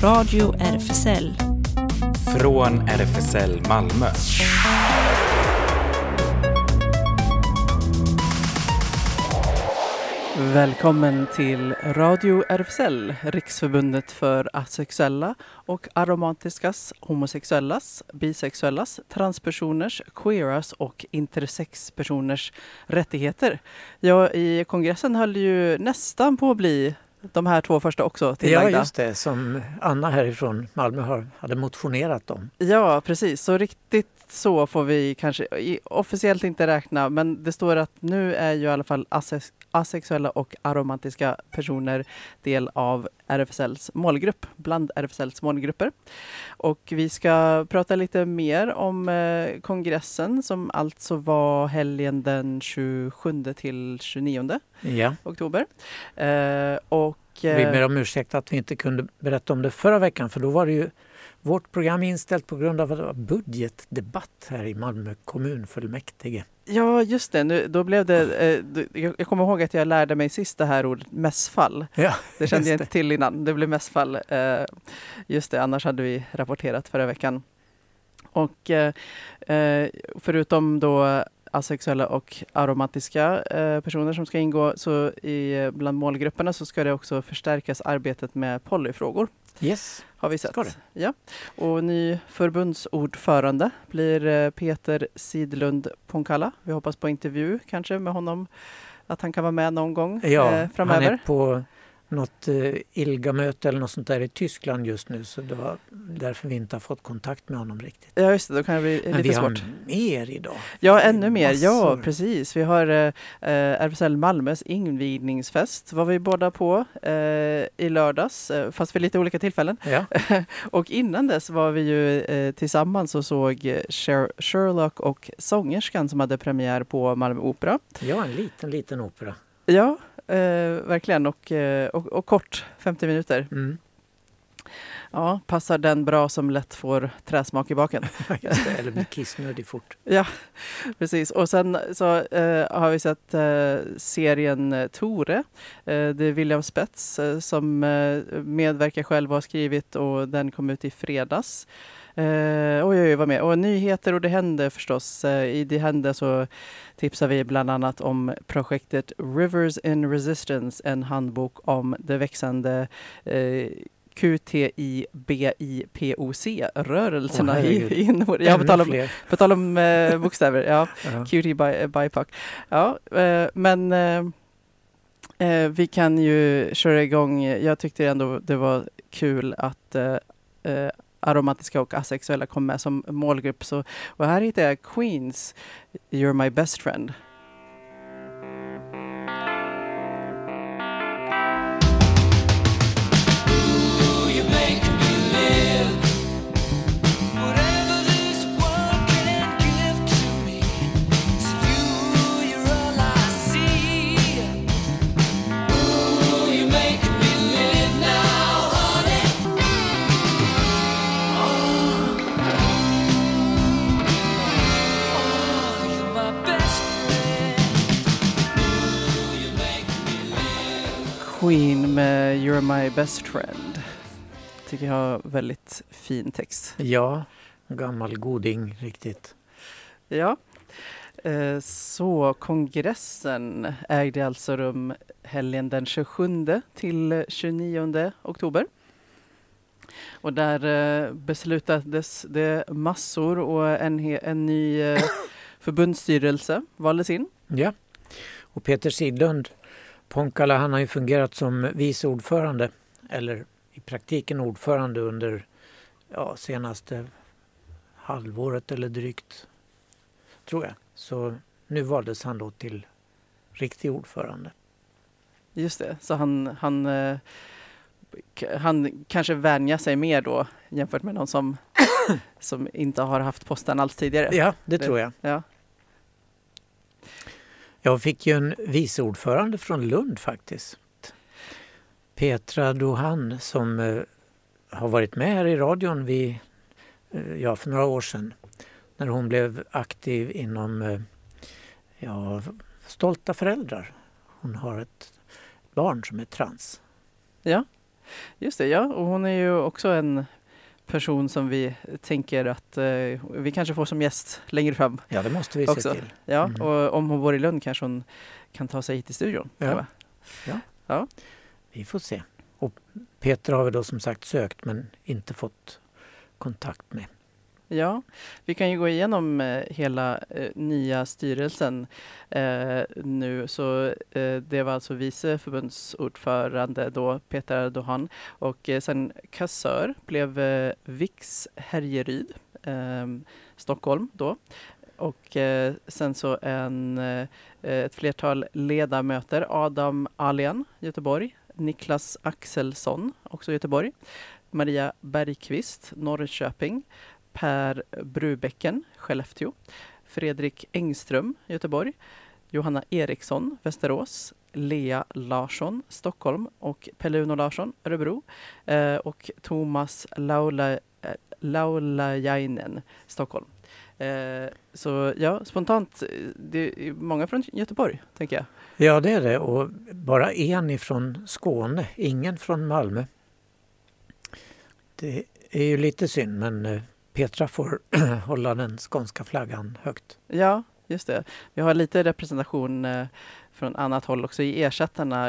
Radio RFSL. Från RFSL Malmö. Välkommen till Radio RFSL, Riksförbundet för asexuella och aromatiskas, homosexuellas, bisexuellas, transpersoners, queeras och intersexpersoners rättigheter. Ja, i kongressen höll ju nästan på att bli de här två första också tillagda. Ja, just det, som Anna härifrån Malmö hade motionerat om. Ja, precis. Så riktigt så får vi kanske officiellt inte räkna, men det står att nu är ju i alla fall asexuella och aromatiska personer del av RFSLs målgrupp, bland RFSLs målgrupper. Och vi ska prata lite mer om kongressen som alltså var helgen den 27 till 29 oktober. Vi ber om ursäkt att vi inte kunde berätta om det förra veckan, för då var det ju vårt program inställt på grund av att det var budgetdebatt här i Malmö kommunfullmäktige. Ja, just det. Då blev det, jag kommer ihåg att jag lärde mig sist det här ordet mässfall. Ja, det kände jag inte till innan. Det blev mässfall. Just det, annars hade vi rapporterat förra veckan. Och förutom då asexuella och aromatiska personer som ska ingå, så bland målgrupperna så ska det också förstärkas arbetet med polyfrågor. Yes. Har vi sett. Ja. Och ny förbundsordförande blir Peter Sidlund Ponkala. Vi hoppas på intervju kanske med honom, att han kan vara med någon gång framöver. Han är på något ILGA-möte eller något sånt där i Tyskland just nu, så det var därför vi inte har fått kontakt med honom riktigt. Ja, just det, då kan det bli lite svårt. Men vi har mer idag. Ja, ännu mer. Massor. Ja, precis. Vi har RFSL Malmös invigningsfest var vi båda på i lördags, fast för lite olika tillfällen. Ja. Och innan dess var vi ju tillsammans och såg Sherlock och sångerskan som hade premiär på Malmö Opera. Ja, en liten opera. Ja, verkligen. Och kort, 50 minuter. Mm. Ja, passar den bra som lätt får träsmak i baken. Just det, eller blir kissnödig fort. Ja, precis. Och sen så har vi sett serien Tore. Det är William Spets som medverkar själv och har skrivit, och den kom ut i fredags. Jag var med. Och nyheter och det hände förstås. I det hände så tipsar vi bland annat om projektet Rivers in Resistance, en handbok om det växande QTI-BIPOC-rörelserna i Norden. Ja, på tal om bokstäver. Ja, QTI-BIPOC. Ja, men vi kan ju köra igång. Jag tyckte ändå det var kul att aromatiska och asexuella kom med som målgrupp. Och här hittar jag Queens, You're My Best Friend. Queen med You're My Best Friend. Tycker jag har väldigt fin text. Ja, gammal goding riktigt. Ja, så kongressen ägde alltså rum helgen den 27 till 29 oktober. Och där beslutades det massor, och en ny förbundsstyrelse valdes in. Ja, och Peter Sidlund Ponkala, han har ju fungerat som vice ordförande, eller i praktiken ordförande under senaste halvåret eller drygt, tror jag. Så nu valdes han då till riktig ordförande. Just det, så han kanske vänjer sig mer då jämfört med någon som inte har haft posten alls tidigare. Ja, det tror jag. Ja. Jag fick ju en vice ordförande från Lund faktiskt. Petra Dohan, som har varit med här i radion för några år sedan. När hon blev aktiv inom Stolta föräldrar. Hon har ett barn som är trans. Ja. Just det, ja. Och hon är ju också en person som vi tänker att vi kanske får som gäst längre fram. Ja, det måste vi också se till. Ja, och om hon bor i Lund kanske hon kan ta sig hit till studion. Ja. Vi får se. Och Petra har vi då som sagt sökt men inte fått kontakt med. Ja, vi kan ju gå igenom hela nya styrelsen nu. Så det var alltså vice förbundsordförande då, Peter Erdogan, och sen kassör blev Vix Härjeryd, Stockholm då. Och sen så ett flertal ledamöter, Adam Alén, Göteborg, Niklas Axelsson, också Göteborg, Maria Bergqvist, Norrköping, Per Brubäcken, Skellefteå, Fredrik Engström, Göteborg, Johanna Eriksson, Västerås, Lea Larsson, Stockholm och Pelle-Uno Larsson, Örebro, och Thomas Laulajainen, Stockholm. Så ja, spontant, det är många från Göteborg, tänker jag. Ja, det är det. Och bara en ifrån Skåne, ingen från Malmö. Det är ju lite synd, men Petra får hålla den skånska flaggan högt. Ja, just det. Vi har lite representation från annat håll också i ersättarna.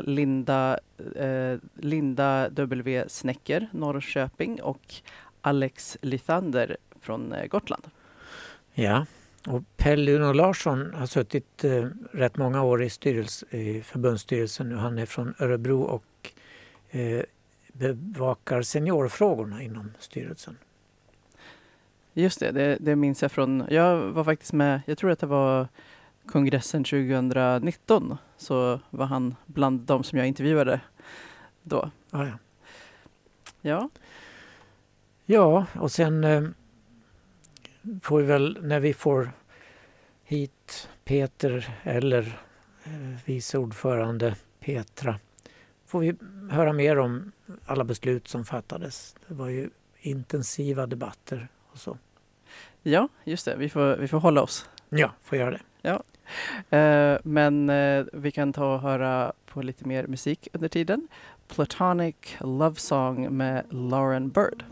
Linda W. Snäcker, Norrköping, och Alex Lithander från Gotland. Ja, och Pelle-Uno Larsson har suttit rätt många år i förbundsstyrelsen nu. Han är från Örebro och bevakar seniorfrågorna inom styrelsen. Just det minns jag från, jag var faktiskt med, jag tror att det var kongressen 2019, så var han bland de som jag intervjuade då. Ah, ja. Ja. Ja, och sen får vi väl, när vi får hit Peter eller vice ordförande Petra, får vi höra mer om alla beslut som fattades. Det var ju intensiva debatter och så. Ja, just det. Vi får hålla oss. Ja, får göra det. Ja. Men vi kan ta och höra på lite mer musik under tiden. Platonic Love Song med Lauren Bird.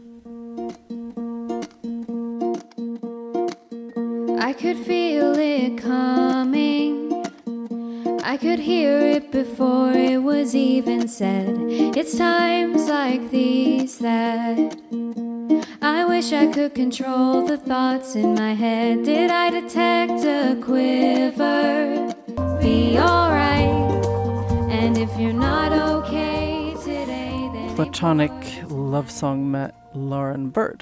I could feel it coming. I could hear it before it was even said. It's times like these that I wish I could control the thoughts in my head. Did I detect a quiver? Be alright. And if you're not okay today, then Platonic Love Song med Lauren Bird.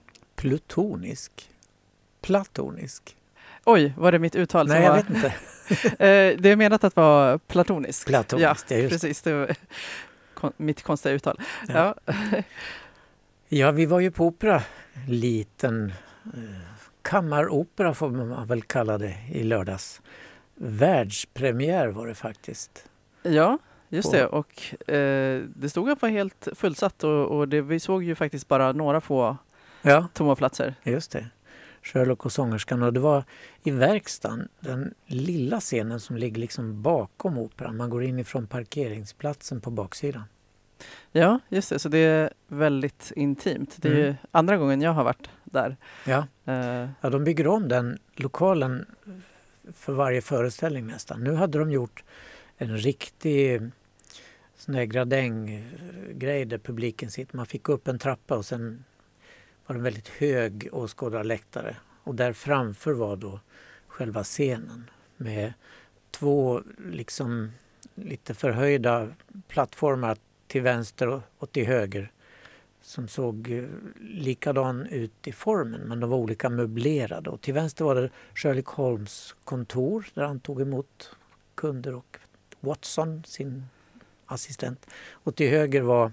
Platonisk. Oj, var det mitt uttal? Nej, jag vet inte. Det är menat att vara platonisk. Platoniskt, ja, just precis. Det var mitt konstiga uttal. Ja. Ja, vi var ju på opera, liten kammaropera får man väl kalla det, i lördags. Världspremiär var det faktiskt. Ja, just det. Och det stod att vara helt fullsatt och vi såg ju faktiskt bara några få tomma platser. Just det. Sherlock och sångerskan, och det var i verkstaden, den lilla scenen som ligger liksom bakom operan. Man går in ifrån parkeringsplatsen på baksidan. Ja, just det. Så det är väldigt intimt. Det är ju andra gången jag har varit där. Ja. Ja, de bygger om den lokalen för varje föreställning nästan. Nu hade de gjort en riktig sån här gradänggrej där publiken sitter. Man fick upp en trappa och sen var det en väldigt hög åskådarläktare. Och där framför var då själva scenen med 2 liksom lite förhöjda plattformar till vänster och till höger som såg likadan ut i formen, men de var olika möblerade. Och till vänster var det Sherlock Holmes kontor där han tog emot kunder och Watson, sin assistent. Och till höger var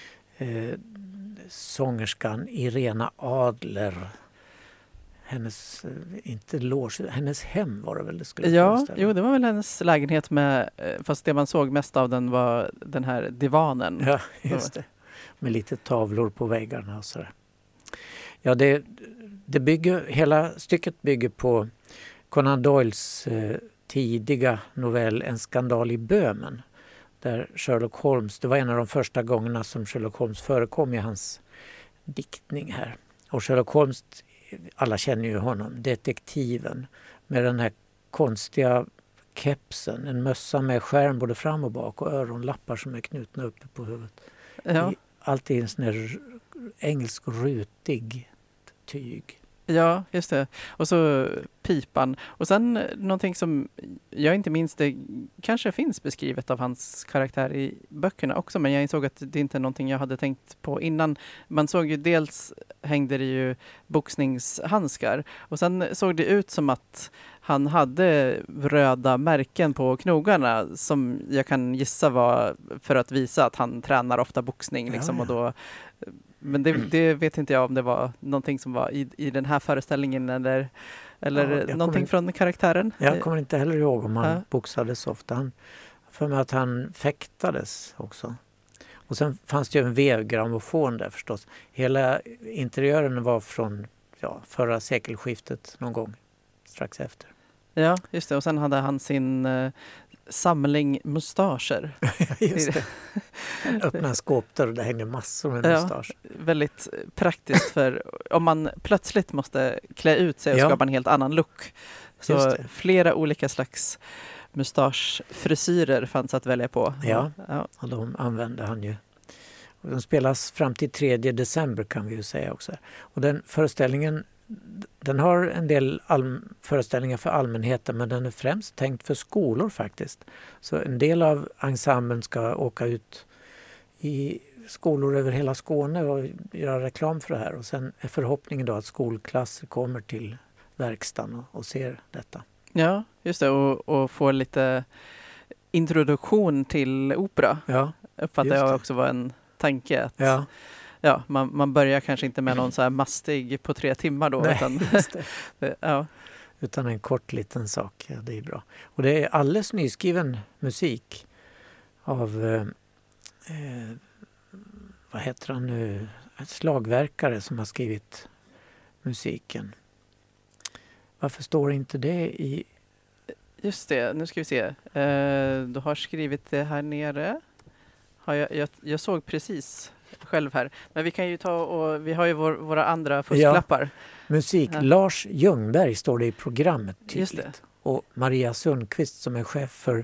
sångerskan Irena Adler. Hennes, inte loge, hennes hem var det väl det skulle föreställa. Jo, det var väl hennes lägenhet med, fast det man såg mest av den var den här divanen. Ja, just det. Med lite tavlor på väggarna och sådär. Ja, hela stycket bygger på Conan Doyles tidiga novell En skandal i Böhmen. där Sherlock Holmes, det var en av de första gångerna som Sherlock Holmes förekom i hans diktning här. Och Sherlock Holmes, alla känner ju honom, detektiven med den här konstiga kepsen, en mössa med skärm både fram och bak och öronlappar som är knutna uppe på huvudet. Ja. Alltid en sån här engelsk rutig tyg. Ja, just det. Och så pipan. Och sen någonting som jag inte minns, det kanske finns beskrivet av hans karaktär i böckerna också, men jag insåg att det inte är någonting jag hade tänkt på innan. Man såg ju dels hängde det ju boxningshandskar och sen såg det ut som att han hade röda märken på knogarna som jag kan gissa var för att visa att han tränar ofta boxning liksom, och då. Men det vet inte jag om det var någonting som var i den här föreställningen eller någonting från karaktären. Jag kommer inte heller ihåg om han boxades ofta. För mig att han fäktades också. Och sen fanns det ju en vevgrammofon där förstås. Hela interiören var från förra sekelskiftet någon gång strax efter. Ja, just det. Och sen hade han sin samling mustascher. Just det. En öppna skåp där och det hängde massor med mustasch. Väldigt praktiskt för om man plötsligt måste klä ut sig och skapa en helt annan look. Så flera olika slags mustaschfrisyrer fanns att välja på. Ja, och de använde han ju. Och de spelas fram till 3 december kan vi ju säga också. Och den föreställningen, den har en del föreställningar för allmänheten, men den är främst tänkt för skolor faktiskt. Så en del av ensemblen ska åka ut i skolor över hela Skåne och göra reklam för det här. Och sen är förhoppningen då att skolklasser kommer till verkstaden och ser detta. Ja, just det. Och får lite introduktion till opera. Ja, uppfattar jag också var en tanke att man börjar kanske inte med någon så här mastig på 3 timmar då. Nej, utan, just det. Utan en kort liten sak. Ja, det är bra. Och det är alldeles nyskriven musik av vad heter han nu? Ett slagverkare som har skrivit musiken. Varför står inte det i... Just det, nu ska vi se. Du har skrivit det här nere. Jag såg precis själv här. Men vi kan ju vi har ju våra andra fusklappar. Musik. Lars Ljungberg står det i programmet tydligt. Och Maria Sundqvist som är chef för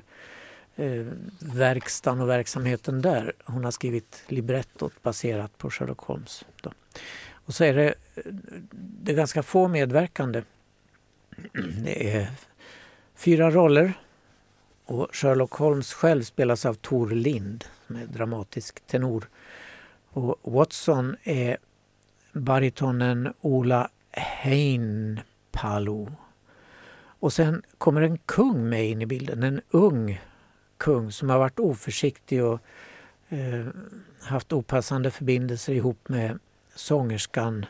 verkstaden och verksamheten där. Hon har skrivit librettot baserat på Sherlock Holmes. Då. Och så är det ganska få medverkande. Det är 4 roller. Och Sherlock Holmes själv spelas av Tor Lind som är dramatisk tenor. Och Watson är baritonen Ola Heinpalo. Och sen kommer en kung med in i bilden. En ung kung som har varit oförsiktig och haft opassande förbindelser ihop med sångerskan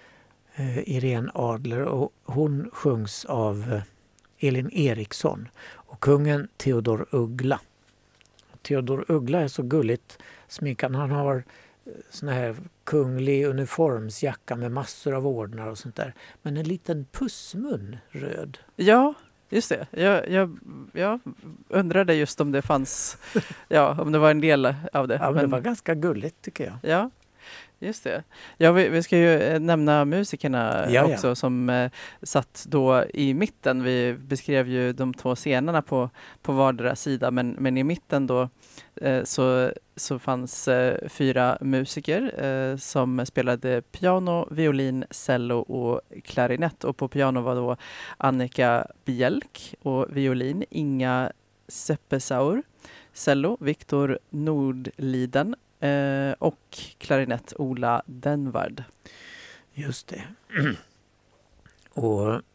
Irene Adler. Och hon sjungs av Elin Eriksson. Och kungen Theodor Uggla. Theodor Uggla är så gulligt sminkad. Han har sån här kunglig uniformsjacka med massor av ordnar och sånt där. Men en liten pussmun röd. Ja, just det. Jag undrade just om det fanns, om det var en del av det. Ja, men det var ganska gulligt tycker jag. Ja. Just det. Ja, vi ska ju nämna musikerna också som satt då i mitten. Vi beskrev ju de 2 scenerna på vardera sida, men i mitten då så fanns 4 musiker som spelade piano, violin, cello och klarinett. Och på piano var då Annika Bjelk och violin Inga Seppesaur, cello Viktor Nordliden och klarinett Ola Denvard. Just det. Och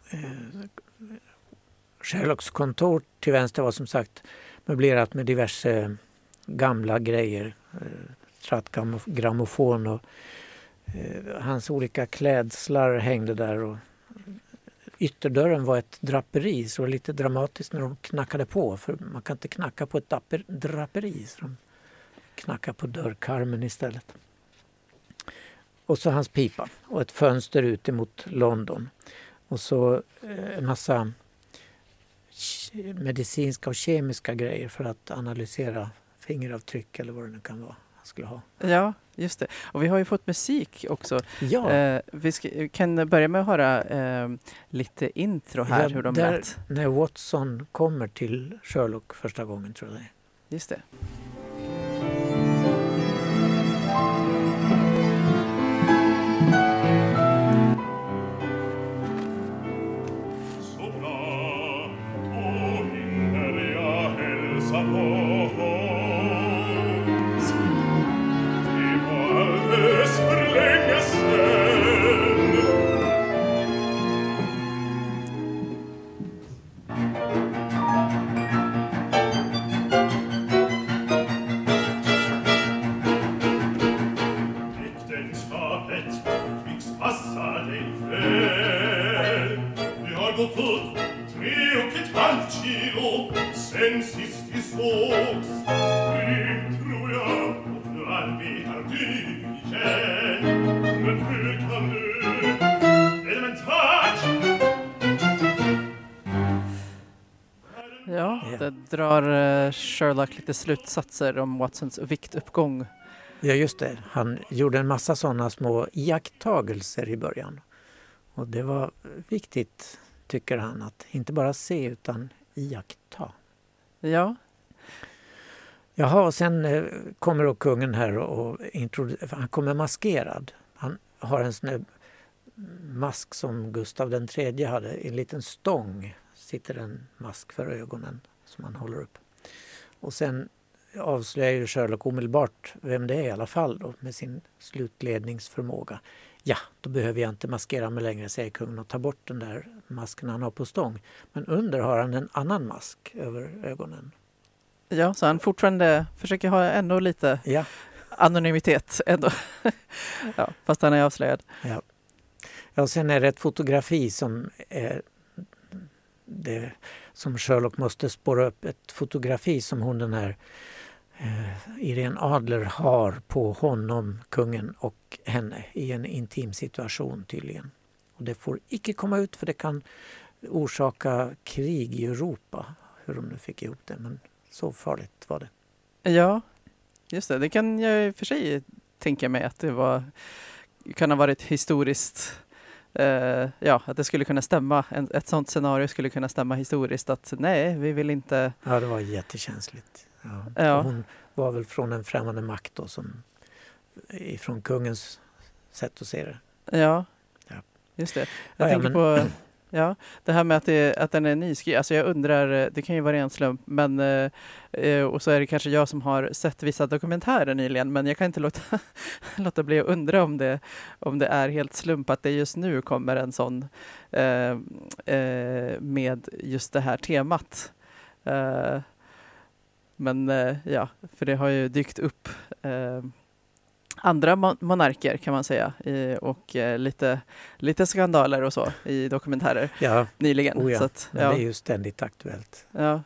Sherlocks kontor till vänster var som sagt möblerat med diverse gamla grejer. Trattgrammofon och hans olika klädslar hängde där. Och ytterdörren var ett draperi, så det var lite dramatiskt när de knackade på. För man kan inte knacka på ett draperi, så de knackar på dörrkarmen istället. Och så hans pipa och ett fönster ut emot London. Och så en massa medicinska och kemiska grejer för att analysera fingeravtryck eller vad det nu kan vara han skulle ha. Ja, just det. Och vi har ju fått musik också. Ja. Vi kan börja med att höra lite intro här, hur de lät. När Watson kommer till Sherlock första gången, tror jag det är. Just det. Det drar Sherlock lite slutsatser om Watsons viktuppgång. Ja, just det. Han gjorde en massa sådana små iakttagelser i början. Och det var viktigt, tycker han, att inte bara se utan iaktta. Ja. Jaha, och sen kommer då kungen här och han kommer maskerad. Han har en sån mask som Gustav den tredje hade. I en liten stång sitter en mask för ögonen som han håller upp. Och sen avslöjar ju Sherlock omedelbart vem det är i alla fall då, med sin slutledningsförmåga. Ja, då behöver jag inte maskera mig längre, säger kungen, och ta bort den där masken han har på stång. Men under har han en annan mask över ögonen. Ja, så han fortfarande försöker ha ändå lite anonymitet ändå. Ja, fast han är avslöjad. Ja. Ja, och sen är det ett fotografi som är det som Sherlock måste spåra upp. Ett fotografi som hon, den här Irene Adler, har på honom, kungen och henne i en intim situation tydligen. Och det får icke komma ut för det kan orsaka krig i Europa. Hur de nu fick ihop det, men så farligt var det. Ja, just det. Det kan jag i och för sig tänka mig att det kan ha varit historiskt. Att det skulle kunna stämma. Ett sånt scenario skulle kunna stämma historiskt. Att nej, vi vill inte... Ja, det var jättekänsligt. Ja. Hon var väl från en främmande makt då, som ifrån kungens sätt att se det. Ja. Just det. Jag tänker på... Ja, det här med att den är nyskriven. Alltså jag undrar, det kan ju vara en slump, men och så är det kanske jag som har sett vissa dokumentärer nyligen, men jag kan inte låta bli att undra om det är helt slump att det just nu kommer en sån med just det här temat. Men för det har ju dykt upp andra monarker kan man säga och lite skandaler och så i dokumentärer nyligen. Så att, men det är ju ständigt aktuellt. Ja.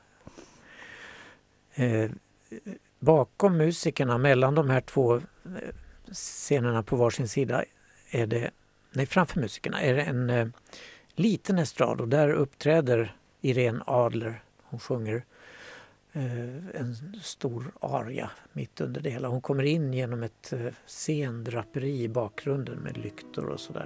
Bakom musikerna, mellan de här två scenerna på varsin sida, framför musikerna är det en liten estrad och där uppträder Irene Adler. Hon sjunger en stor aria mitt under det hela. Hon kommer in genom ett scendraperi i bakgrunden med lyktor och sådär.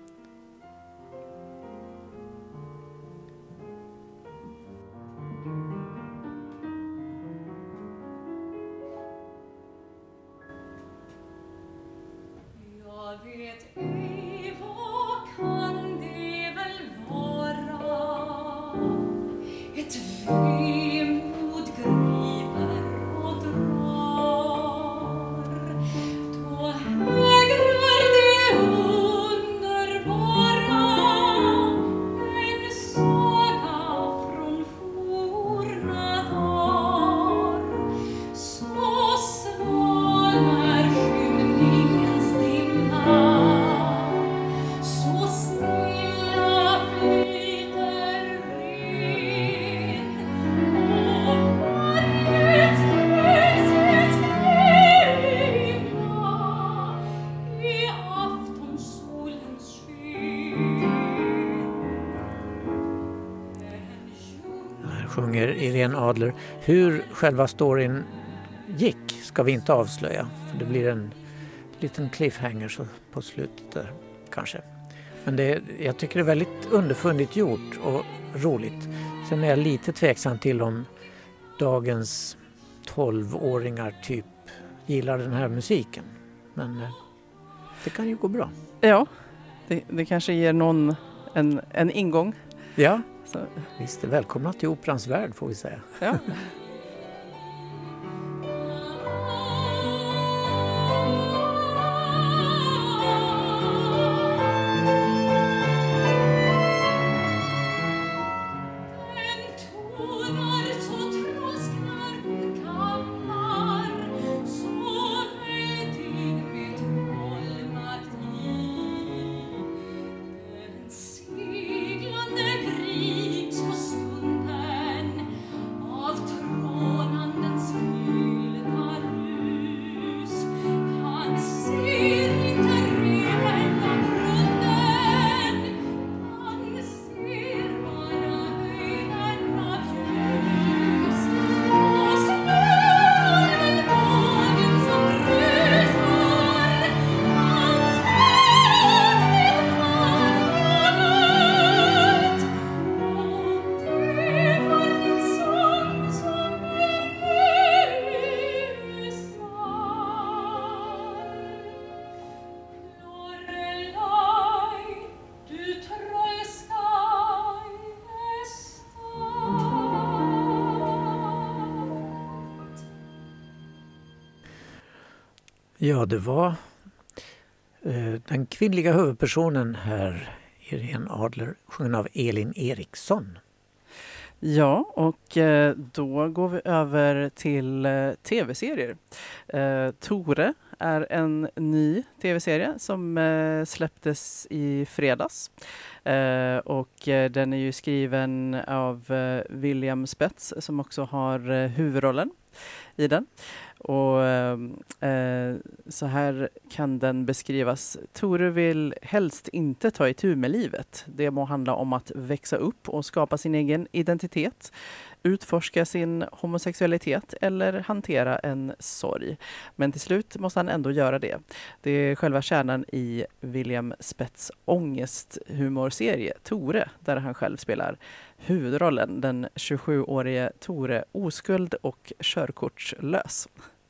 Jag vet ej, vad kan det väl vara? Ett vemod griper och drar, då hägrar det underbara, en saga från forna dagar. Så sval är skymningens dimma, så stilla flyter ren, och bergets glimma i aftonsolens sken. Här sjunger Irene Adler. Hur själva storyn gick ska vi inte avslöja. För det blir en liten cliffhanger så på slutet där, kanske. Men jag tycker det är väldigt underfundigt gjort och roligt. Sen är jag lite tveksam till om dagens 12-åringar typ gillar den här musiken. Men det kan ju gå bra. Ja, det kanske ger någon en ingång. Ja, Så. visst är välkomna till Operans värld får vi säga. Ja. Ja, det var den kvinnliga huvudpersonen här, Irene Adler, sjungen av Elin Eriksson. Ja, och då går vi över till tv-serier. Tore är en ny tv-serie som släpptes i fredags. Och den är ju skriven av William Spets som också har huvudrollen i den. Och så här kan den beskrivas. Tore vill helst inte ta itu med livet. Det må handla om att växa upp och skapa sin egen identitet, utforska sin homosexualitet eller hantera en sorg. Men till slut måste han ändå göra det. Det är själva kärnan i William Spets ångesthumorserie Tore, där han själv spelar huvudrollen, den 27-årige Tore, oskuld och körkortslös.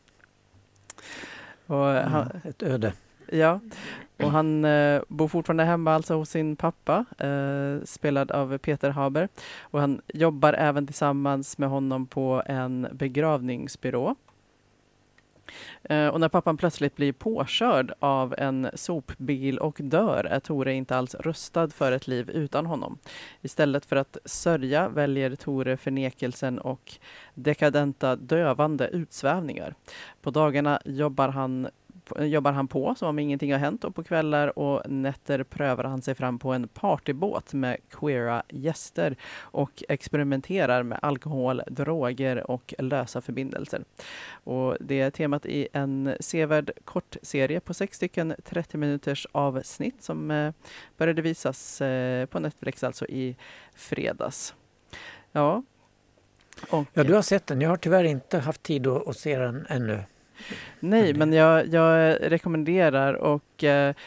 Och ett öde. Ja, och han bor fortfarande hemma alltså hos sin pappa, spelad av Peter Haber. Och han jobbar även tillsammans med honom på en begravningsbyrå. Och när pappan plötsligt blir påkörd av en sopbil och dör är Tore inte alls rustad för ett liv utan honom. Istället för att sörja väljer Tore förnekelsen och dekadenta dövande utsvävningar. På dagarna jobbar han på som om ingenting har hänt och på kvällar och nätter prövar han sig fram på en partybåt med queera gäster och experimenterar med alkohol, droger och lösa förbindelser. Och det är temat i en sevärd kortserie på 6 stycken 30 minuters avsnitt som började visas på Netflix alltså i fredags. Ja. Och, ja, du har sett den. Jag har tyvärr inte haft tid att se den ännu. Nej, men jag rekommenderar och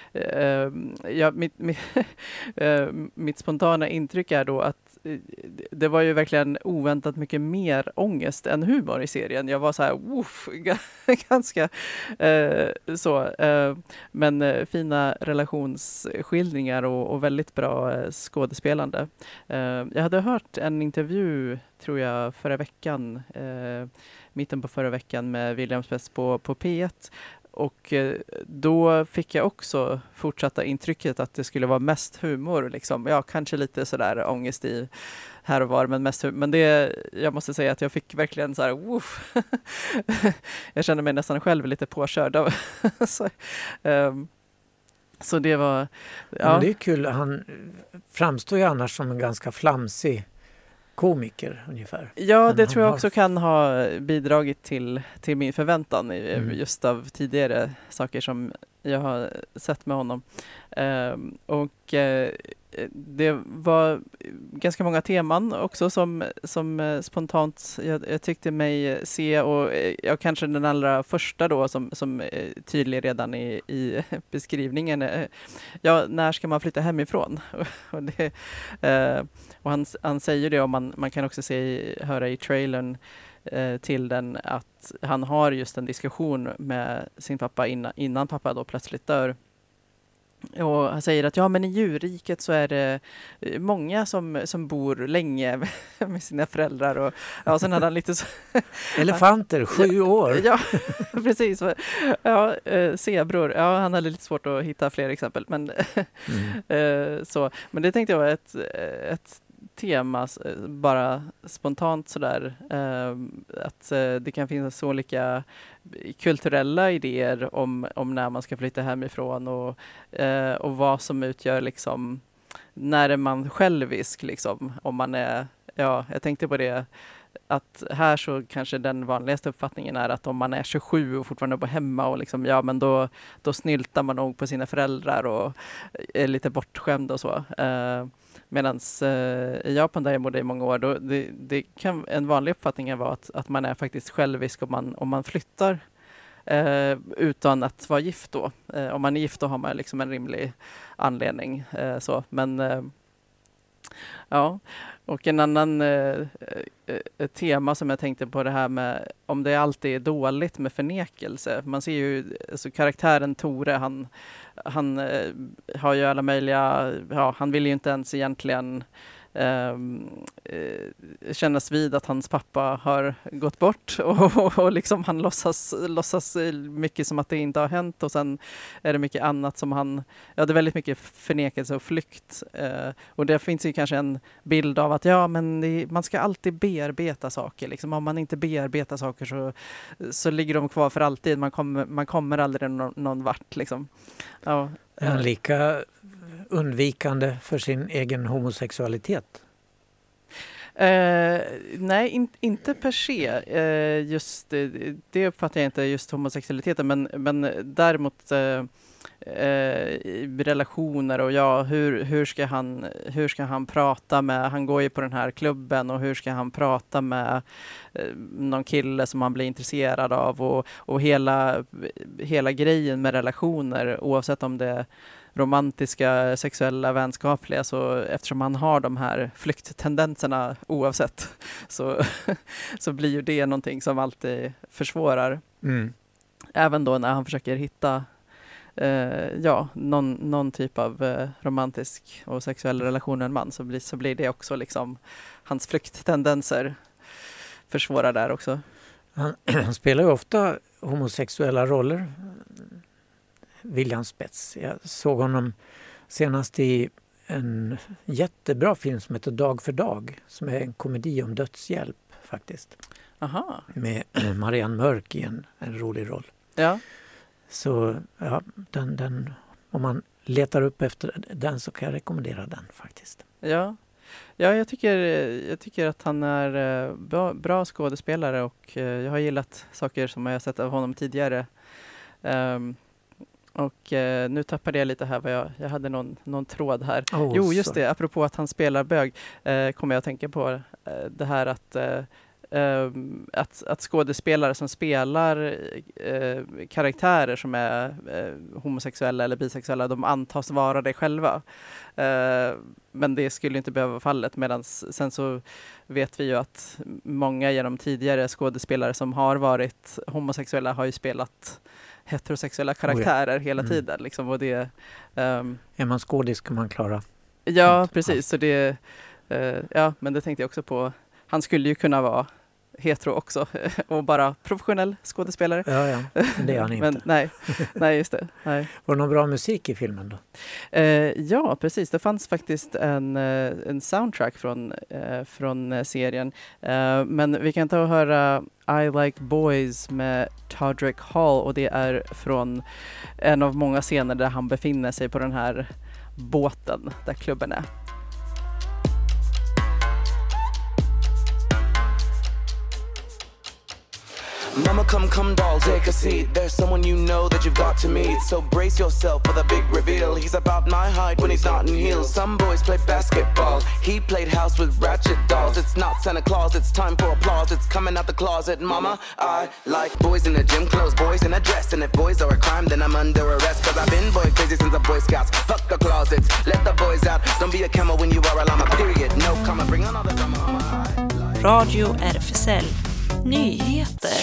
mitt spontana intryck är då att det var ju verkligen oväntat mycket mer ångest än humor i serien. Jag var så här, ganska men fina relationsskildringar och väldigt bra skådespelande. Jag hade hört en intervju, tror jag, förra veckan, mitten på förra veckan med William Spets på P1. Och då fick jag också fortsatta intrycket att det skulle vara mest humor. Liksom. Ja, kanske lite sådär ångest i här och var, men mest humor. Men det, jag måste säga att jag fick verkligen så här, jag kände mig nästan själv lite påkörd av. Så det var... Ja. Men det är kul, han framstår ju annars som en ganska flamsig komiker ungefär. Ja, men det tror jag också kan ha bidragit till min förväntan just av tidigare saker som jag har sett med honom. Och det var ganska många teman också som spontant jag tyckte mig se, och jag kanske den allra första då som tydlig redan i beskrivningen. Ja, när ska man flytta hemifrån? Och han säger det, och man kan också höra i trailern till den att han har just en diskussion med sin pappa innan pappa då plötsligt dör. Och han säger att ja, men i djurriket så är det många som bor länge med sina föräldrar. Och ja, sen hade han lite så elefanter, 7 år. Ja, precis. Ja, zebror. Ja, han hade lite svårt att hitta fler exempel. Men, så. Men det tänkte jag var ett tema bara spontant sådär, att det kan finnas så olika kulturella idéer om när man ska flytta hemifrån och vad som utgör liksom, när är man självisk liksom, om man är, ja, jag tänkte på det att här så kanske den vanligaste uppfattningen är att om man är 27 och fortfarande bor hemma och liksom, ja men då snyltar man nog på sina föräldrar och är lite bortskämd och så. Medan i Japan där jag bodde i många år, då det kan en vanlig uppfattning vara att man är faktiskt självisk om man flyttar utan att vara gift då. Om man är gift då har man liksom en rimlig anledning. Så. Men ja, och en annan tema som jag tänkte på, det här med om det alltid är dåligt med förnekelse. Man ser ju alltså, karaktären Tore, han har ju alla möjliga, ja, han vill ju inte ens egentligen kännas vid att hans pappa har gått bort och liksom han låtsas mycket som att det inte har hänt, och sen är det mycket annat som det är väldigt mycket förnekelse och flykt, och det finns ju kanske en bild av att ja, men man ska alltid bearbeta saker liksom. Om man inte bearbetar saker så ligger de kvar för alltid, man kommer aldrig någon vart liksom. Ja. Är han lika undvikande för sin egen homosexualitet? Nej, inte per se. Just det uppfattar jag inte, just homosexualiteten, men däremot relationer och ja, hur ska han prata med, han går ju på den här klubben, och hur ska han prata med någon kille som han blir intresserad av, och hela grejen med relationer, oavsett om det är romantiska, sexuella, vänskapliga, så eftersom han har de här flykttendenserna oavsett så blir ju det någonting som alltid försvårar. Även då när han försöker hitta någon typ av romantisk och sexuell relation med en man, så blir det också liksom, hans flykttendenser försvårar där också. Han spelar ju ofta homosexuella roller, William Spets. Jag såg honom senast i en jättebra film som heter Dag för dag, som är en komedi om dödshjälp faktiskt. Aha. Med Marianne Mörk i en rolig roll. Ja. Så ja, den, om man letar upp efter den så kan jag rekommendera den faktiskt. Ja, jag tycker att han är bra skådespelare, och jag har gillat saker som jag har sett av honom tidigare. Och nu tappade jag lite här vad jag hade någon tråd här. Jo, just det, apropå att han spelar bög, kommer jag att tänka på det här att skådespelare som spelar karaktärer som är homosexuella eller bisexuella, de antas vara det själva. Men det skulle inte behöva vara fallet, medan sen så vet vi ju att många genom tidigare skådespelare som har varit homosexuella har ju spelat heterosexuella karaktärer hela tiden. Liksom, och det, är man skådis kan man klara. Ja, precis. Så det, men det tänkte jag också på. Han skulle ju kunna vara hetero också och bara professionell skådespelare. Ja, men det är han inte. Men, nej, just det. Nej. Var det någon bra musik i filmen då? Ja, precis. Det fanns faktiskt en soundtrack från serien. Men vi kan ta och höra I Like Boys med Todrick Hall, och det är från en av många scener där han befinner sig på den här båten där klubben är. Mama, come, doll, take a seat. There's someone you know that you've got to meet. So brace yourself for the big reveal. He's about my height when he's not in heels. Some boys play basketball. He played house with ratchet dolls. It's not Santa Claus, it's time for applause. It's coming out the closet, mama. I like boys in the gym clothes, boys in a dress. And if boys are a crime, then I'm under arrest. Cause I've been boy crazy since the Boy Scouts. Fuck the closets, let the boys out. Don't be a camel when you are a llama, period. No comma, bring on all the drama, mama. Radio RFSL Nyheter.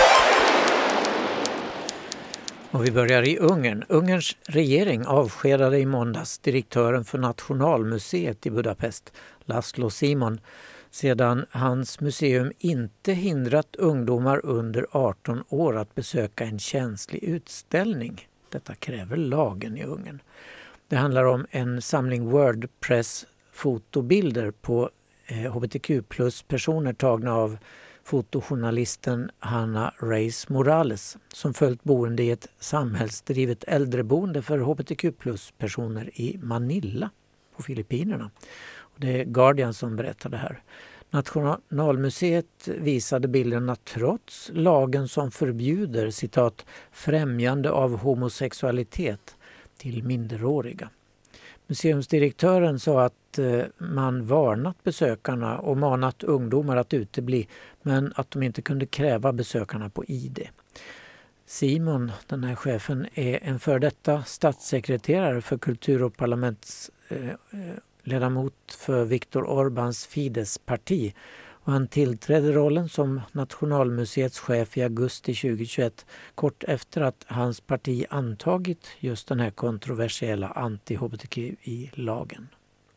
Och vi börjar i Ungern. Ungerns regering avskedade i måndags direktören för Nationalmuseet i Budapest, Laszlo Simon, sedan hans museum inte hindrat ungdomar under 18 år att besöka en känslig utställning. Detta kräver lagen i Ungern. Det handlar om en samling Wordpress-fotobilder på hbtq+-personer tagna av fotojournalisten Hanna Reis Morales som följt boende i ett samhällsdrivet äldreboende för hbtq+-personer i Manila på Filippinerna. Och det är Guardian som berättar det här. Nationalmuseet visade bilderna trots lagen som förbjuder citat främjande av homosexualitet till minderåriga. Museumsdirektören sa att man varnat besökarna och manat ungdomar att utebli, men att de inte kunde kräva besökarna på ID. Simon, den här chefen, är en för detta statssekreterare för kultur- och parlamentsledamot för Viktor Orbáns Fidesz-parti. Och han tillträdde rollen som Nationalmuseets chef i augusti 2021, kort efter att hans parti antagit just den här kontroversiella anti-hbtqi-lagen.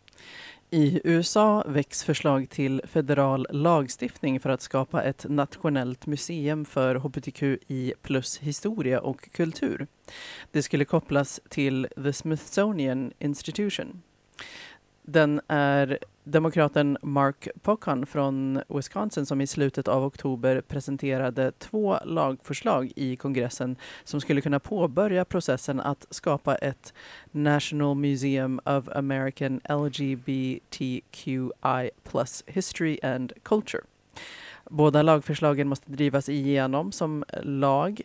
I USA väcks förslag till federal lagstiftning för att skapa ett nationellt museum för hbtqi plus historia och kultur. Det skulle kopplas till The Smithsonian Institution. Den är demokraten Mark Pocan från Wisconsin som i slutet av oktober presenterade 2 lagförslag i kongressen som skulle kunna påbörja processen att skapa ett National Museum of American LGBTQI+ History and Culture. Båda lagförslagen måste drivas igenom som lag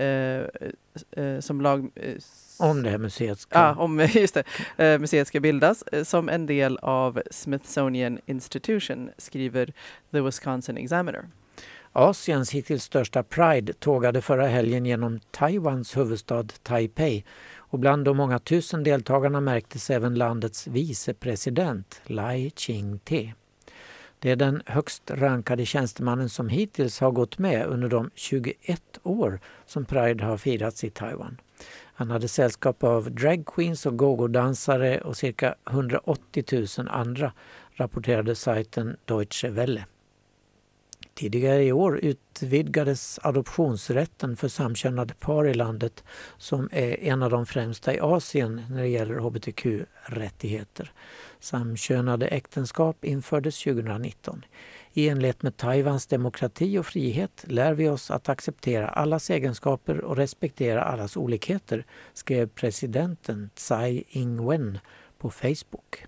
om det här museet ska... museet ska bildas som en del av Smithsonian Institution, skriver The Wisconsin Examiner. Asiens hittills största Pride tågade förra helgen genom Taiwans huvudstad Taipei och bland de många tusen deltagarna märktes även landets vicepresident Lai Ching-te. Det är den högst rankade tjänstemannen som hittills har gått med under de 21 år som Pride har firats i Taiwan. Han hade sällskap av dragqueens och go-go-dansare och cirka 180 000 andra, rapporterade sajten Deutsche Welle. Tidigare i år utvidgades adoptionsrätten för samkönade par i landet som är en av de främsta i Asien när det gäller hbtq-rättigheter. Samkönade äktenskap infördes 2019. I enlighet med Taiwans demokrati och frihet lär vi oss att acceptera allas egenskaper och respektera allas olikheter, skrev presidenten Tsai Ing-wen på Facebook.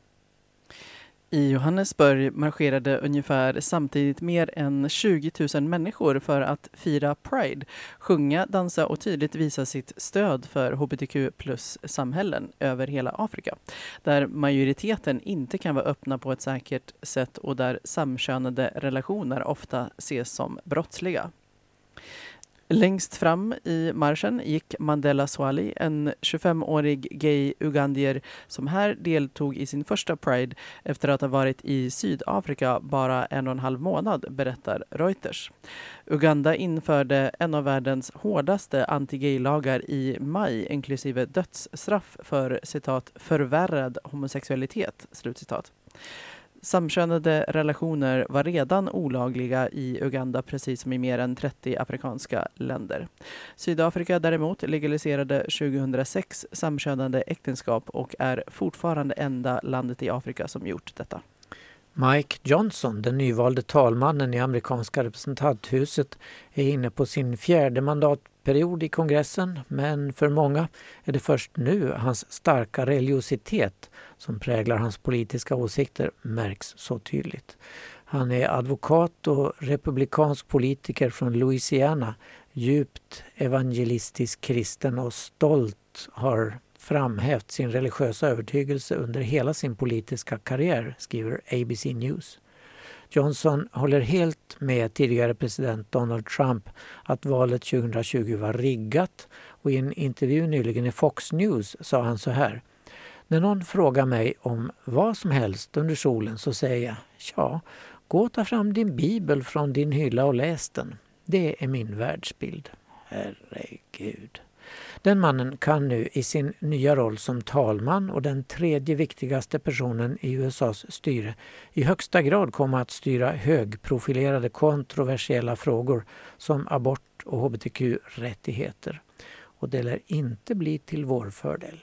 I Johannesburg marscherade ungefär samtidigt mer än 20 000 människor för att fira Pride, sjunga, dansa och tydligt visa sitt stöd för hbtq+-samhällen över hela Afrika, där majoriteten inte kan vara öppna på ett säkert sätt och där samkönade relationer ofta ses som brottsliga. Längst fram i marschen gick Mandela Swali, en 25-årig gay ugandier som här deltog i sin första Pride efter att ha varit i Sydafrika bara 1,5 månad, berättar Reuters. Uganda införde en av världens hårdaste anti-gay-lagar i maj, inklusive dödsstraff för citat förvärrad homosexualitet, slutcitat. Samkönade relationer var redan olagliga i Uganda precis som i mer än 30 afrikanska länder. Sydafrika däremot legaliserade 2006 samkönade äktenskap och är fortfarande enda landet i Afrika som gjort detta. Mike Johnson, den nyvalde talmannen i amerikanska representanthuset, är inne på sin 4:e mandatperiod i kongressen, men för många är det först nu hans starka religiositet som präglar hans politiska åsikter märks så tydligt. Han är advokat och republikansk politiker från Louisiana, djupt evangelistisk kristen och stolt har framhävt sin religiösa övertygelse under hela sin politiska karriär, skriver ABC News. Johnson håller helt med tidigare president Donald Trump att valet 2020 var riggat, och i en intervju nyligen i Fox News sa han så här: när någon frågar mig om vad som helst under solen så säger jag, ja, gå och ta fram din bibel från din hylla och läs den. Det är min världsbild. Herregud. Den mannen kan nu i sin nya roll som talman och den tredje viktigaste personen i USAs styre i högsta grad komma att styra högprofilerade kontroversiella frågor som abort och hbtq-rättigheter. Och det lär inte bli till vår fördel.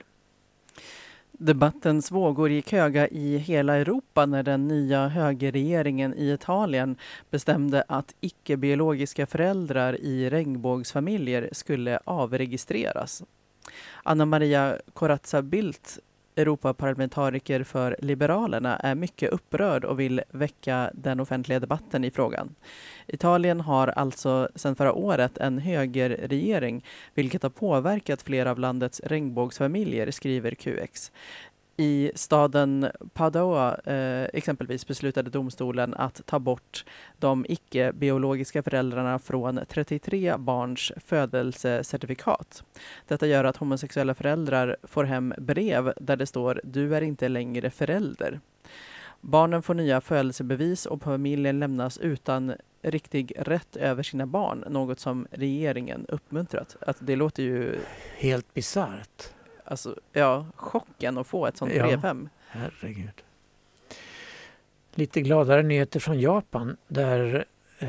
Debattens vågor gick höga i hela Europa när den nya högerregeringen i Italien bestämde att icke-biologiska föräldrar i regnbågsfamiljer skulle avregistreras. Anna Maria Corazza Bildt, Europaparlamentariker för Liberalerna, är mycket upprörd och vill väcka den offentliga debatten i frågan. Italien har alltså sedan förra året en högerregering, vilket har påverkat flera av landets regnbågsfamiljer, skriver QX. I staden Padua exempelvis beslutade domstolen att ta bort de icke-biologiska föräldrarna från 33 barns födelsecertifikat. Detta gör att homosexuella föräldrar får hem brev där det står "Du är inte längre förälder". Barnen får nya födelsebevis och familjen lämnas utan riktig rätt över sina barn, något som regeringen uppmuntrat. Alltså, det låter ju helt bisarrt. Alltså, ja, chocken att få ett sånt brev hem. Herregud. Lite gladare nyheter från Japan där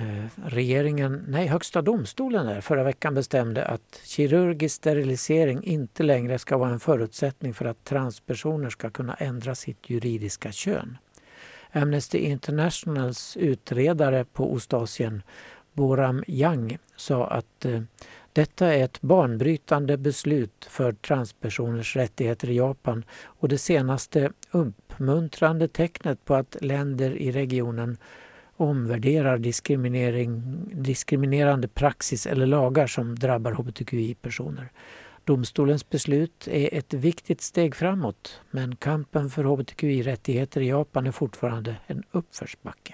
högsta domstolen där förra veckan bestämde att kirurgisk sterilisering inte längre ska vara en förutsättning för att transpersoner ska kunna ändra sitt juridiska kön. Amnesty Internationals utredare på Ostasien, Boram Yang, sa att detta är ett banbrytande beslut för transpersoners rättigheter i Japan och det senaste uppmuntrande tecknet på att länder i regionen omvärderar diskriminerande praxis eller lagar som drabbar hbtqi-personer. Domstolens beslut är ett viktigt steg framåt, men kampen för hbtqi-rättigheter i Japan är fortfarande en uppförsbacke.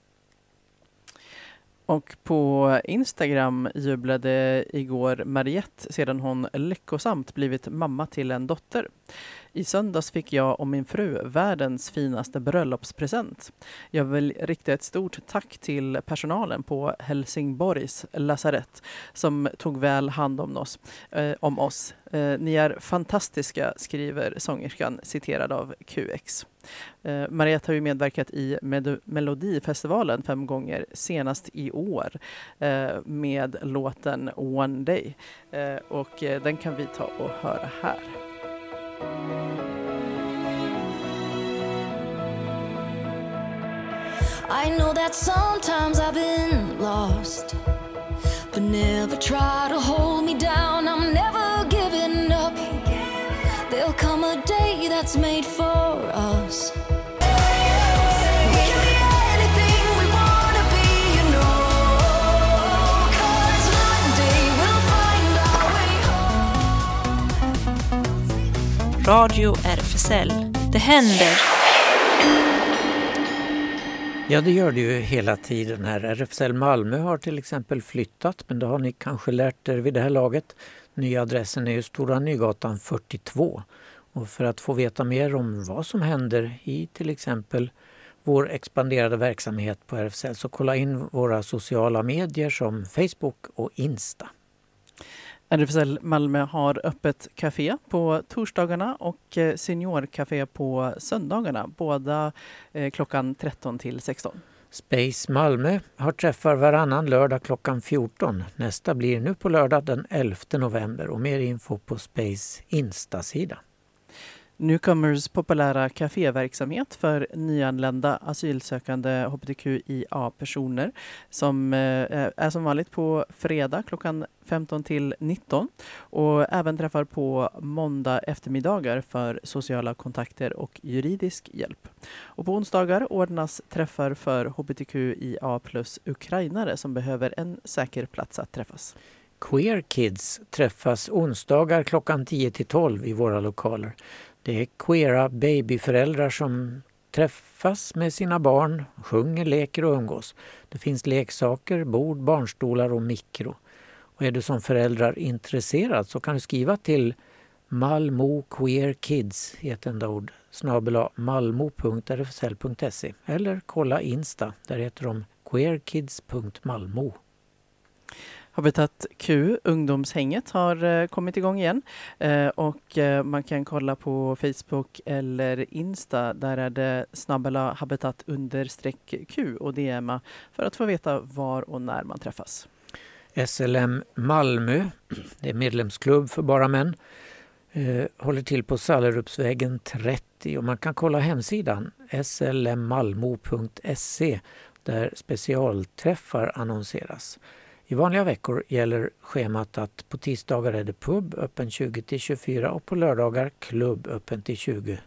Och på Instagram jublade igår Mariette sedan hon lyckosamt blivit mamma till en dotter. I söndags fick jag och min fru världens finaste bröllopspresent. Jag vill rikta ett stort tack till personalen på Helsingborgs lasarett som tog väl hand om oss. Ni är fantastiska, skriver sångerskan, citerad av QX. Mariette har ju medverkat i Melodifestivalen 5 gånger, senast i år med låten One Day. Och den kan vi ta och höra här. I know that sometimes I've been lost, but never try to hold me down. I'm never giving up. There'll come a day that's made for us. We can be anything we wanna be, you know, 'cause one day we'll find our way home. Radio RFSL. Det händer. Ja, det gör det ju hela tiden här. RFSL Malmö har till exempel flyttat, men det har ni kanske lärt er vid det här laget. Nya adressen är ju Stora Nygatan 42. Och för att få veta mer om vad som händer i till exempel vår expanderade verksamhet på RFSL så kolla in våra sociala medier som Facebook och Insta. RFSL Malmö har öppet café på torsdagarna och seniorcafé på söndagarna, båda klockan 13 till 16. Space Malmö har träffar varannan lördag klockan 14. Nästa blir nu på lördag den 11 november och mer info på Space Insta-sida. Newcomers populära kaféverksamhet för nyanlända asylsökande hbtqia-personer som är som vanligt på fredag klockan 15 till 19 och även träffar på måndag eftermiddagar för sociala kontakter och juridisk hjälp. Och på onsdagar ordnas träffar för hbtqia plus ukrainare som behöver en säker plats att träffas. Queer Kids träffas onsdagar klockan 10 till 12 i våra lokaler. Det är queera babyföräldrar som träffas med sina barn, sjunger, leker och umgås. Det finns leksaker, bord, barnstolar och mikro. Och är du som föräldrar intresserad så kan du skriva till Malmo Queer Kids i ett enda ord @malmo.rfsl.se eller kolla Insta, där heter de queerkids.malmo. Habitat Q, ungdomshänget, har kommit igång igen och man kan kolla på Facebook eller Insta. Där är det @habitat_Q och DMa för att få veta var och när man träffas. SLM Malmö, det är medlemsklubb för bara män, håller till på Sallerupsvägen 30 och man kan kolla hemsidan slmmalmo.se där specialträffar annonseras. I vanliga veckor gäller schemat att på tisdagar är det pub öppen 20 till 24 och på lördagar klubb öppen till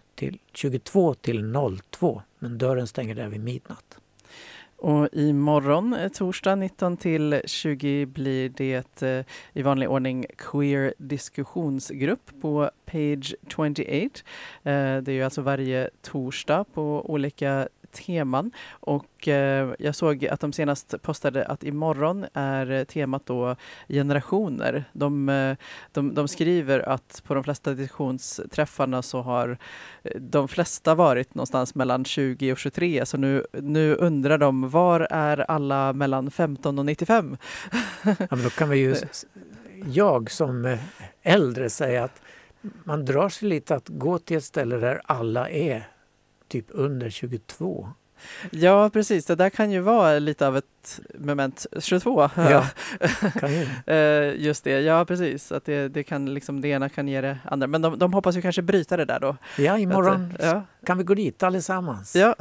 22 till 02. Men dörren stänger där vid midnatt. Och imorgon, torsdag 19 till 20, blir det i vanlig ordning queer diskussionsgrupp på Page 28. Det är ju alltså varje torsdag på olika teman och jag såg att de senast postade att imorgon är temat då generationer. De skriver att på de flesta diskussionsträffarna så har de flesta varit någonstans mellan 20 och 23, så nu undrar de, var är alla mellan 15 och 95? Ja, men då kan vi ju, jag som äldre, säga att man drar sig lite att gå till ett ställe där alla är typ under 22. Ja, precis. Det där kan ju vara lite av ett moment 22. Ja, kan ju. Just det, ja precis. Att det kan liksom, det ena kan ge det andra. Men de hoppas ju kanske bryta det där då. Ja, imorgon kan vi gå dit allesammans. Ja.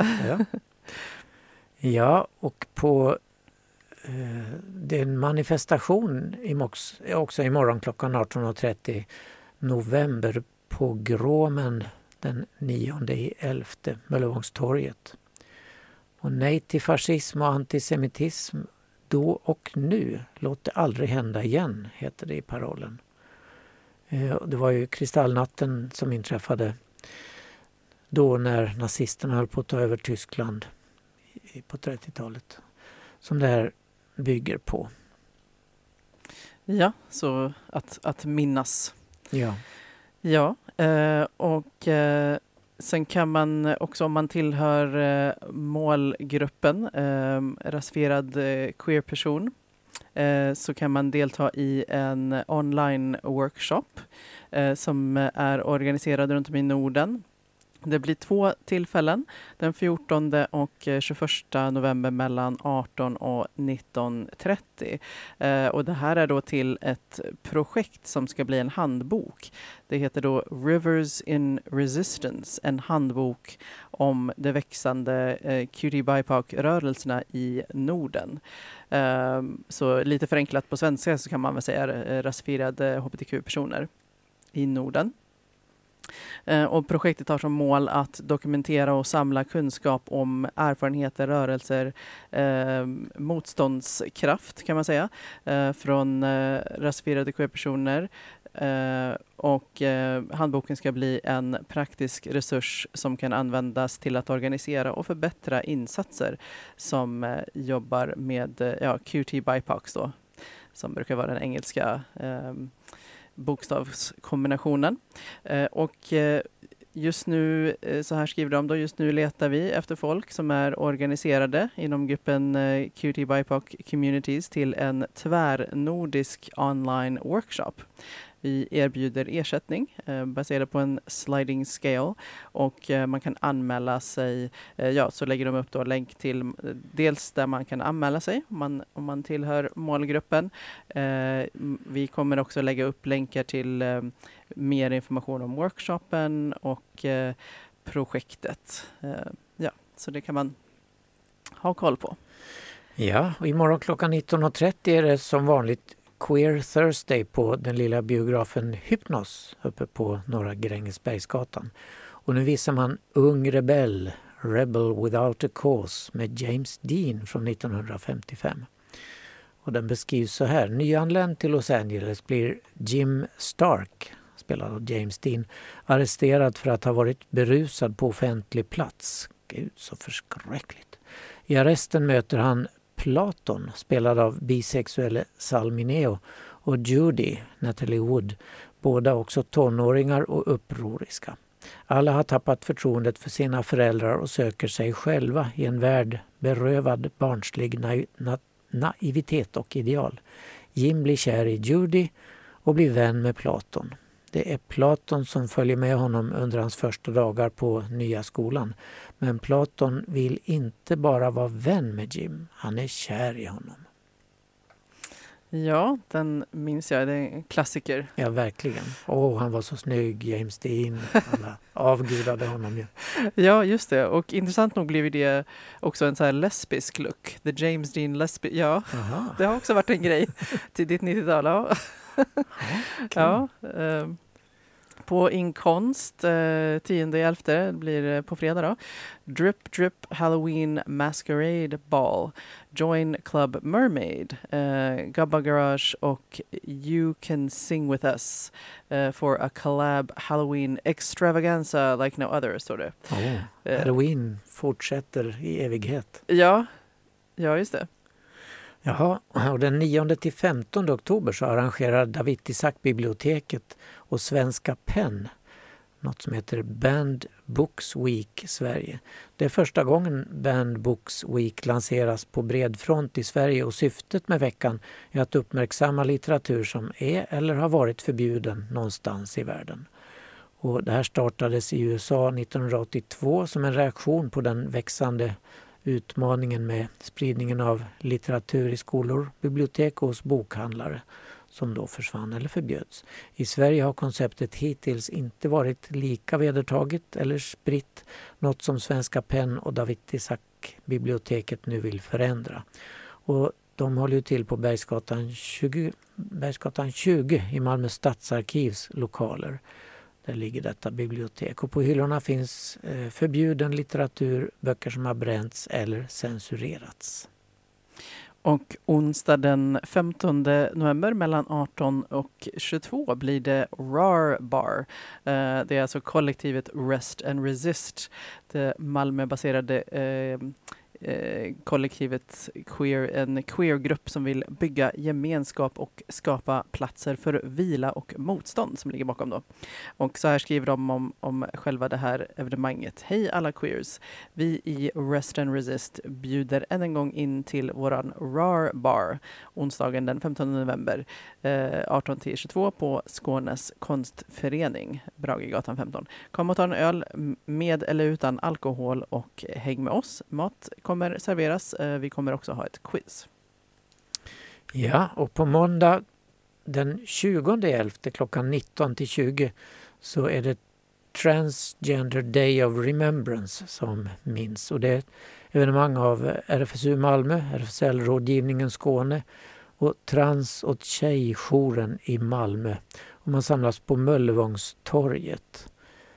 Ja, och på det är en manifestation också imorgon klockan 18.30 november på Gråmen den 9/11, Möllevångstorget. Och nej till fascism och antisemitism då och nu. Låt det aldrig hända igen, heter det i parollen. Det var ju kristallnatten som inträffade då när nazisterna höll på att ta över Tyskland på 30-talet. Som det här bygger på. Ja, så att minnas. Ja. Ja, och sen kan man också, om man tillhör målgruppen rasifierad queer-person, så kan man delta i en online-workshop som är organiserad runt om i Norden. Det blir 2 tillfällen, den 14 och 21 november mellan 18 och 19.30. Och det här är då till ett projekt som ska bli en handbok. Det heter då Rivers in Resistance, en handbok om de växande QT-BIPOC-rörelserna i Norden. Så lite förenklat på svenska så kan man väl säga rasifierade hbtq-personer i Norden. Och projektet har som mål att dokumentera och samla kunskap om erfarenheter, rörelser, motståndskraft kan man säga, från rasifierade queer-personer. Och handboken ska bli en praktisk resurs som kan användas till att organisera och förbättra insatser som jobbar med QT-BIPOC då, som brukar vara den engelska bokstavskombinationen. Och just nu, så här skriver de då, just nu letar vi efter folk som är organiserade inom gruppen QT-BIPOC Communities till en tvärnordisk online workshop. Vi erbjuder ersättning baserad på en sliding scale och man kan anmäla sig, så lägger de upp då länk till dels där man kan anmäla sig om man tillhör målgruppen. Vi kommer också lägga upp länkar till mer information om workshopen och projektet. Så det kan man ha koll på. Ja, och imorgon klockan 19.30 är det som vanligt Queer Thursday på den lilla biografen Hypnos uppe på Norra Grängesbergsgatan. Och nu visar man Ung Rebell, Rebel Without a Cause med James Dean från 1955. Och den beskrivs så här: nyanländ till Los Angeles blir Jim Stark, spelad av James Dean, arresterad för att ha varit berusad på offentlig plats. Gud, så förskräckligt. I arresten möter han Platon, spelad av bisexuelle Sal Mineo, och Judy, Natalie Wood, båda också tonåringar och upproriska. Alla har tappat förtroendet för sina föräldrar och söker sig själva i en värld berövad barnslig naivitet och ideal. Jim blir kär i Judy och blir vän med Platon. Det är Platon som följer med honom under hans första dagar på nya skolan. Men Platon vill inte bara vara vän med Jim, han är kär i honom. Ja, den minns jag. Det är en klassiker. Ja, verkligen. Han var så snygg, James Dean. Alla avgudade honom ju. Ja, just det. Och intressant nog blev det också en så här lesbisk look. The James Dean lesbisk. Ja, det har också varit en grej till ditt 90-tal. Ja. På Inkonst 10/11 blir på fredag då. Drip Drip Halloween Masquerade Ball. Join Club Mermaid. Gabba Garage och You Can Sing With Us for a collab Halloween extravaganza like no other, står det. Halloween fortsätter i evighet. Ja, just det. Jaha, och den 9-15 oktober så arrangerar David Isaac-biblioteket och Svenska Penn något som heter Banned Books Week Sverige. Det är första gången Banned Books Week lanseras på bred front i Sverige, och syftet med veckan är att uppmärksamma litteratur som är eller har varit förbjuden någonstans i världen. Och det här startades i USA 1982 som en reaktion på den växande utmaningen med spridningen av litteratur i skolor, bibliotek och hos bokhandlare som då försvann eller förbjöds. I Sverige har konceptet hittills inte varit lika vedertaget eller spritt, något som Svenska Penn och David Isaac-biblioteket nu vill förändra. Och de håller ju till på Bergsgatan 20 i Malmö stadsarkivs lokaler. Där ligger detta bibliotek, och på hyllorna finns förbjuden litteratur, böcker som har bränts eller censurerats. Och onsdag den 15 november mellan 18 och 22 blir det RAR Bar. Det är alltså kollektivet Rest and Resist, det Malmöbaserade kollektivet en queergrupp som vill bygga gemenskap och skapa platser för vila och motstånd som ligger bakom då. Och så här skriver de om själva det här evenemanget. Hej alla queers! Vi i Rest and Resist bjuder än en gång in till våran RAR Bar onsdagen den 15 november 18-22 på Skånes konstförening, Bragegatan 15. Kom och ta en öl med eller utan alkohol och häng med oss. Mat kommer serveras. Vi kommer också ha ett quiz. Ja, och på måndag den 20/11 klockan 19-20 så är det Transgender Day of Remembrance som minns. Och det är ett evenemang av RFSU Malmö, RFSL-rådgivningen Skåne och Trans- och tjejjouren i Malmö. Och man samlas på Möllevångstorget.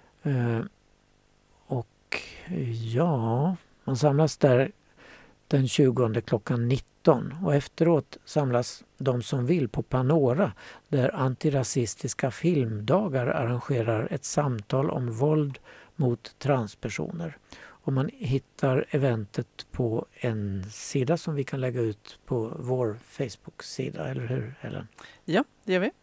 Man samlas där den 20 klockan 19, och efteråt samlas de som vill på Panora där antirasistiska filmdagar arrangerar ett samtal om våld mot transpersoner. Och man hittar eventet på en sida som vi kan lägga ut på vår Facebook-sida, eller hur Ellen? Ja, det gör vi.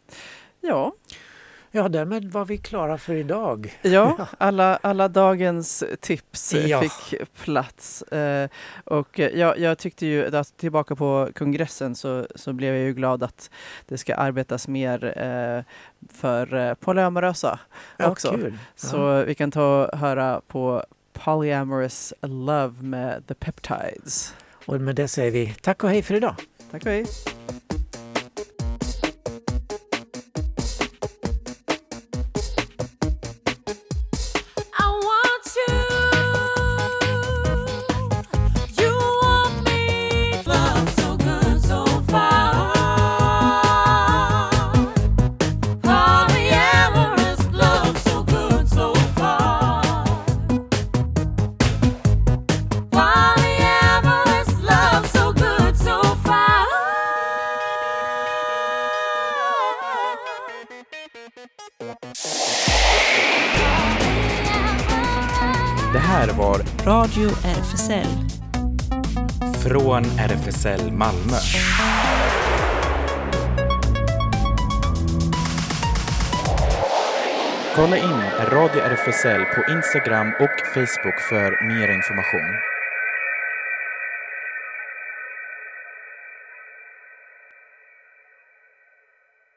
Ja, därmed var vi klara för idag. Ja, alla dagens tips fick plats. Och jag tyckte ju att tillbaka på kongressen så blev jag ju glad att det ska arbetas mer för polyamorösa också. Kul. Ja. Så vi kan ta och höra på Polyamorous Love med The Peptides. Och med det säger vi tack och hej för idag. Tack och hej. Det här var Radio RFSL. Från RFSL Malmö. Kolla in Radio RFSL på Instagram och Facebook för mer information.